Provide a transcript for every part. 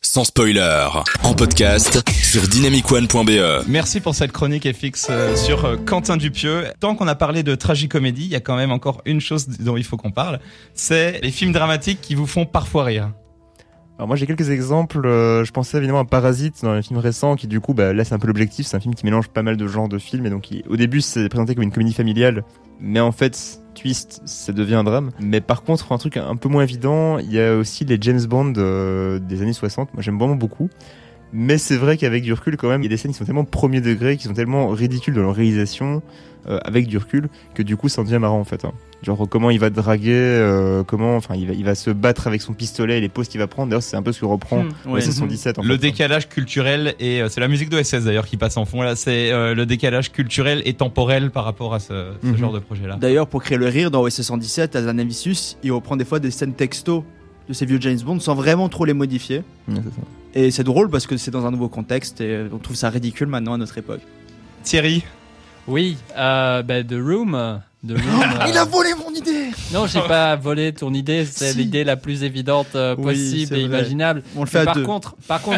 sans spoiler, en podcast sur dynamicone.be. Merci pour cette chronique FX sur Quentin Dupieux. Tant qu'on a parlé de tragicomédie, il y a quand même encore une chose dont il faut qu'on parle, c'est les films dramatiques qui vous font parfois rire. Alors moi j'ai quelques exemples, je pensais évidemment à Parasite dans les films récents qui du coup là c'est un peu l'objectif, c'est un film qui mélange pas mal de genres de films et donc au début c'est présenté comme une comédie familiale mais en fait twist ça devient un drame. Mais par contre un truc un peu moins évident, il y a aussi les James Bond des années 60, moi j'aime vraiment beaucoup. Mais c'est vrai qu'avec du recul quand même, il y a des scènes qui sont tellement premier degré, qui sont tellement ridicules dans leur réalisation, avec du recul, que du coup ça en devient marrant en fait. Genre comment il va draguer, il va se battre avec son pistolet et les poses qu'il va prendre. D'ailleurs c'est un peu ce que reprend OSS 117. Le décalage culturel et c'est la musique d'OSS d'ailleurs qui passe en fond là. C'est le décalage culturel et temporel par rapport à ce genre de projet là. D'ailleurs pour créer le rire dans OSS 117, Hazanavicius il reprend des fois des scènes texto de ces vieux James Bond sans vraiment trop les modifier. C'est ça. Et c'est drôle parce que c'est dans un nouveau contexte et on trouve ça ridicule maintenant à notre époque. Thierry. Oui, The Room. Il a volé mon idée. Non, j'ai pas volé ton idée. C'est l'idée la plus évidente possible et imaginable. On le fait par contre,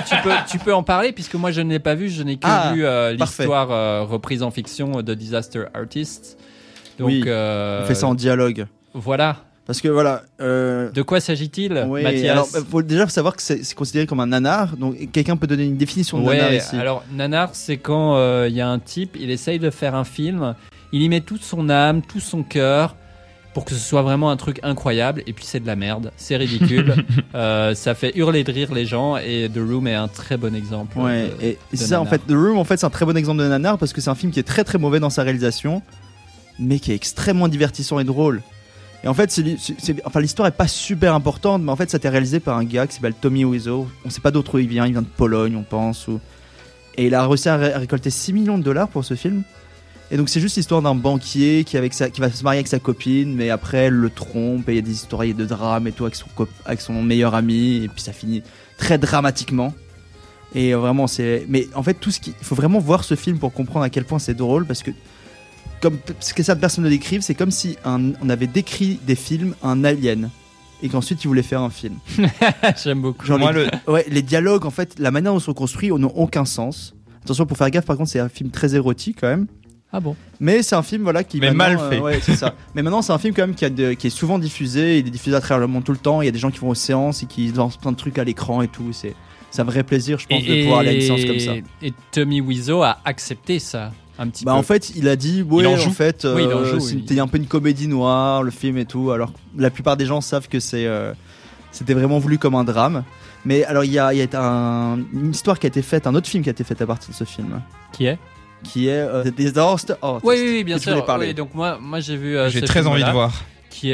tu peux en parler puisque moi je ne l'ai pas vu. Je n'ai que vu l'histoire reprise en fiction de Disaster Artist. Donc, on fait ça en dialogue. Voilà. Parce que voilà. De quoi s'agit-il, Mathias? Alors, faut déjà savoir que c'est considéré comme un nanar. Donc, quelqu'un peut donner une définition de nanar ici. Alors, nanar, c'est quand il y a un type, il essaye de faire un film, il y met toute son âme, tout son cœur, pour que ce soit vraiment un truc incroyable. Et puis, c'est de la merde, c'est ridicule. Ça fait hurler de rire les gens. Et The Room est un très bon exemple. Et c'est ça, en fait. The Room, en fait, c'est un très bon exemple de nanar parce que c'est un film qui est très très mauvais dans sa réalisation, mais qui est extrêmement divertissant et drôle. Et en fait, l'histoire est pas super importante, mais en fait, ça a été réalisé par un gars qui s'appelle Tommy Wiseau. On sait pas d'où il vient de Pologne, on pense. Et il a réussi à récolter 6 millions de dollars pour ce film. Et donc, c'est juste l'histoire d'un banquier qui va se marier avec sa copine, mais après, elle le trompe, et il y a des histoires de drame et tout avec son meilleur ami, et puis ça finit très dramatiquement. Et vraiment, mais en fait, il faut vraiment voir ce film pour comprendre à quel point c'est drôle, parce que comme ce que certaines personnes le décrivent, c'est comme si on avait décrit des films un alien et qu'ensuite ils voulaient faire un film. J'aime beaucoup. Genre les dialogues, en fait, la manière dont ils sont construits n'ont aucun sens. Attention, pour faire gaffe, par contre, c'est un film très érotique quand même. Ah bon? Mais c'est un film qui mais mal fait. C'est ça. Mais maintenant c'est un film quand même qui est souvent diffusé, il est diffusé à travers le monde tout le temps. Il y a des gens qui vont aux séances et qui lancent plein de trucs à l'écran et tout. C'est un vrai plaisir, je pense, de pouvoir aller à une séance comme ça. Et Tommy Wiseau a accepté ça. Un petit peu. En fait, il a dit c'était un peu une comédie noire, le film et tout. Alors, la plupart des gens savent que c'était vraiment voulu comme un drame. Mais alors, il y a une histoire qui a été faite, un autre film qui a été fait à partir de ce film. Qui est The Disaster Artist. Oui, bien sûr. Oui, donc moi, j'ai vu. J'ai très envie de voir. Qui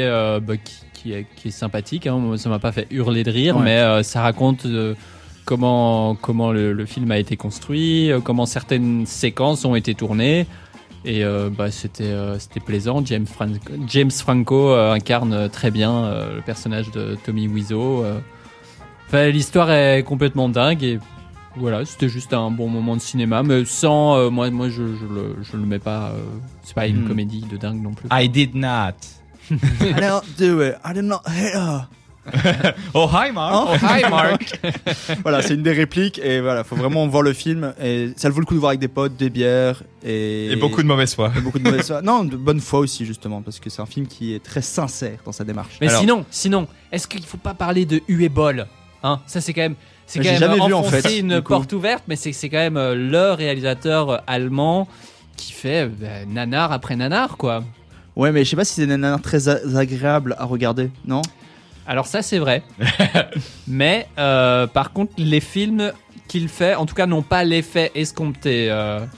est sympathique. Moi, ça m'a pas fait hurler de rire, mais ça raconte. Comment le film a été construit, comment certaines séquences ont été tournées, et c'était plaisant. James Franco incarne très bien le personnage de Tommy Wiseau. L'histoire est complètement dingue et voilà, c'était juste un bon moment de cinéma, mais sans moi je le mets pas. C'est pas une comédie de dingue non plus. I did not. I don't do it. I did not hit her. Oh hi Mark. Voilà, c'est une des répliques et voilà, faut vraiment voir le film et ça vaut le coup de voir avec des potes, des bières et beaucoup de mauvaise foi. Non, de bonne foi aussi justement parce que c'est un film qui est très sincère dans sa démarche. Mais sinon, est-ce qu'il faut pas parler de Uwe Boll, ça c'est quand même enfoncer une porte ouverte, mais c'est quand même le réalisateur allemand qui fait nanar après nanar quoi. Ouais, mais je sais pas si c'est des nanars très agréables à regarder, non? Alors ça c'est vrai, mais par contre les films qu'il fait, en tout cas n'ont pas l'effet escompté.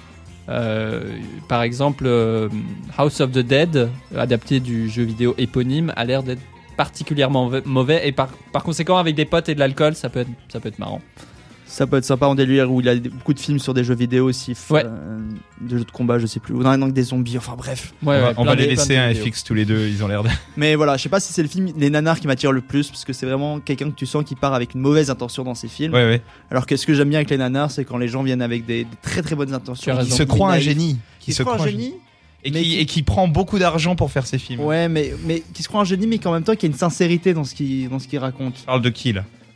Par exemple, House of the Dead, adapté du jeu vidéo éponyme, a l'air d'être particulièrement mauvais et par conséquent avec des potes et de l'alcool ça peut être marrant. Ça peut être sympa en délire où il a beaucoup de films sur des jeux vidéo aussi, de jeux de combat, je sais plus, ou dans des zombies, enfin bref. On va les laisser un FX tous les deux, ils ont l'air de... Mais voilà, je sais pas si c'est le film Les Nanars qui m'attire le plus, parce que c'est vraiment quelqu'un que tu sens qui part avec une mauvaise intention dans ses films. Alors que ce que j'aime bien avec Les Nanars, c'est quand les gens viennent avec des très très bonnes intentions. Qui se croient un génie. Qui se croient un génie. Et qui prend beaucoup d'argent pour faire ses films. Ouais, mais qui se croit un génie, mais qu'en même temps, qui a une sincérité dans ce qu'il raconte. Tu parles de qui là?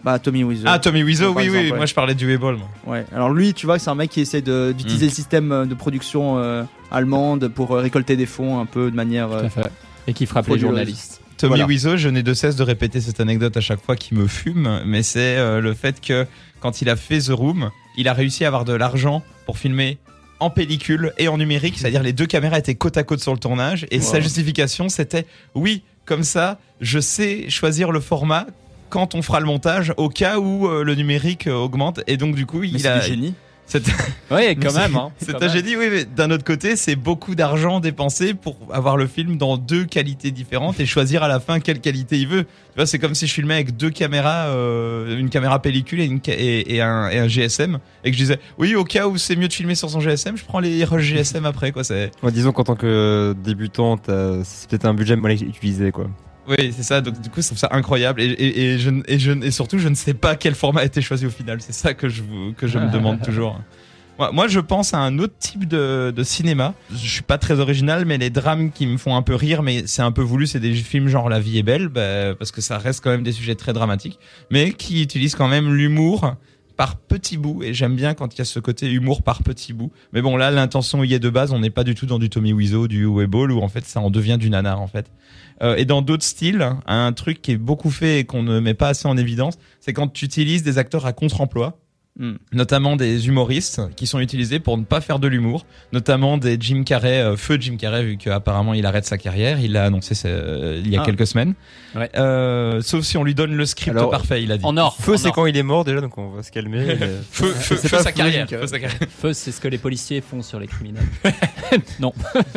Bah, Tommy Wiseau. Ah, Tommy Wiseau, Par oui, exemple, oui. ouais. Moi, je parlais du Weiball. moi. Ouais. Alors lui, tu vois, c'est un mec qui essaie d'utiliser le système de production allemande pour récolter des fonds un peu de manière. Tout à fait. Et qui frappe les frauduleuse. journalistes. Tommy Voilà. Wiseau, je n'ai de cesse de répéter cette anecdote à chaque fois qu'il me fume, mais c'est le fait que quand il a fait The Room, il a réussi à avoir de l'argent pour filmer en pellicule et en numérique, c'est-à-dire les deux caméras étaient côte à côte sur le tournage, et sa justification c'était oui, comme ça, je sais choisir le format quand on fera le montage au cas où le numérique augmente, et donc du coup Mais il c'est a du génie. Oui, quand même. Hein, c'est quand un même. génie, oui, mais d'un autre côté, c'est beaucoup d'argent dépensé pour avoir le film dans deux qualités différentes et choisir à la fin quelle qualité il veut. Tu vois, c'est comme si je filmais avec deux caméras, une caméra pellicule et un GSM, et que je disais, oui, au cas où c'est mieux de filmer sur son GSM, je prends les rushs GSM après, quoi. C'est, Ouais, disons qu'en tant que débutant, c'est peut-être un budget mal utilisé, quoi. oui, c'est ça. Donc du coup, je trouve ça incroyable, et surtout, je ne sais pas quel format a été choisi au final. C'est ça que je me demande toujours. Moi, je pense à un autre type de cinéma. Je suis pas très original, mais les drames qui me font un peu rire, mais c'est un peu voulu, c'est des films genre La vie est belle, parce que ça reste quand même des sujets très dramatiques, mais qui utilisent quand même l'humour par petits bouts, et j'aime bien quand il y a ce côté humour par petits bouts. Mais bon, là, l'intention y est de base, on n'est pas du tout dans du Tommy Wiseau, du Weiball, où en fait ça en devient du nanar en fait. Et dans d'autres styles, un truc qui est beaucoup fait et qu'on ne met pas assez en évidence, c'est quand tu utilises des acteurs à contre-emploi, notamment des humoristes qui sont utilisés pour ne pas faire de l'humour, notamment des Jim Carrey, feu Jim Carrey, vu qu'apparemment il arrête sa carrière, il l'a annoncé il y a quelques semaines. Ouais. Sauf si on lui donne le script Alors, parfait, il a dit. En or. Feu, en c'est or. quand il est mort déjà, donc on va se calmer. Feu C'est pas sa carrière. Jim Carrey. Feu sa carrière. Feu, c'est ce que les policiers font sur les criminels. Non.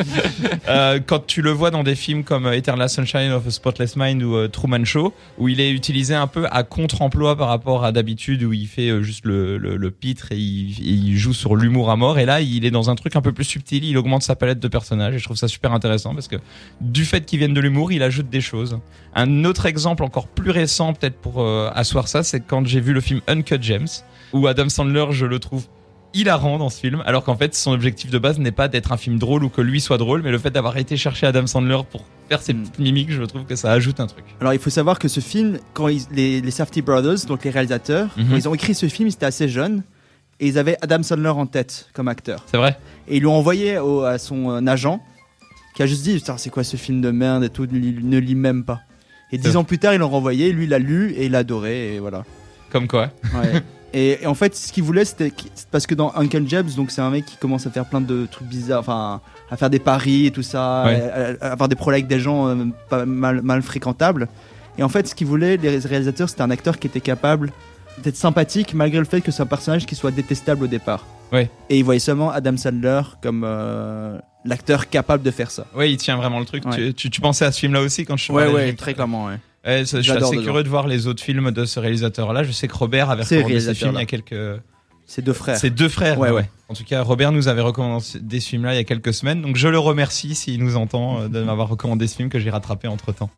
Quand tu le vois dans des films comme Eternal Sunshine of a Spotless Mind ou Truman Show, où il est utilisé un peu à contre-emploi par rapport à d'habitude, où il fait juste le pitre et il joue sur l'humour à mort, et là il est dans un truc un peu plus subtil, il augmente sa palette de personnages, et je trouve ça super intéressant parce que du fait qu'il vienne de l'humour, il ajoute des choses. Un autre exemple encore plus récent peut-être pour asseoir ça, c'est quand j'ai vu le film Uncut Gems, où Adam Sandler, je le trouve hilarant dans ce film, alors qu'en fait son objectif de base n'est pas d'être un film drôle ou que lui soit drôle, mais le fait d'avoir été chercher Adam Sandler pour faire ses petites mimiques, je trouve que ça ajoute un truc. Alors il faut savoir que ce film, quand les Safdie Brothers, donc les réalisateurs, quand ils ont écrit ce film, ils étaient assez jeunes et ils avaient Adam Sandler en tête comme acteur. C'est vrai. Et ils lui ont envoyé à son agent qui a juste dit putain, c'est quoi ce film de merde et tout, ne lis même pas. Et 10 ans plus tard, ils l'ont renvoyé, lui il l'a lu et il l'a adoré, et voilà. Comme quoi. Ouais. Et en fait, ce qu'il voulait, c'était parce que dans Uncle Jebs, donc c'est un mec qui commence à faire plein de trucs bizarres, enfin à faire des paris et tout ça, Ouais. à avoir des problèmes avec des gens pas mal fréquentables. Et en fait, ce qu'il voulait, les réalisateurs, c'était un acteur qui était capable d'être sympathique malgré le fait que c'est un personnage qui soit détestable au départ. Ouais. Et ils voyaient seulement Adam Sandler comme l'acteur capable de faire ça. Ouais, il tient vraiment le truc. Ouais. Tu pensais à ce film-là aussi quand je parlais de- très clairement, ouais. Ouais, je suis J'adore assez dedans. curieux de voir les autres films de ce réalisateur-là. Je sais que Robert avait C'est recommandé ce film il y réalisateur-là. a quelques... C'est deux frères. C'est deux frères. Ouais, ouais. En tout cas, Robert nous avait recommandé ce film-là il y a quelques semaines. Donc je le remercie s'il nous entend de m'avoir recommandé ce film que j'ai rattrapé entre-temps.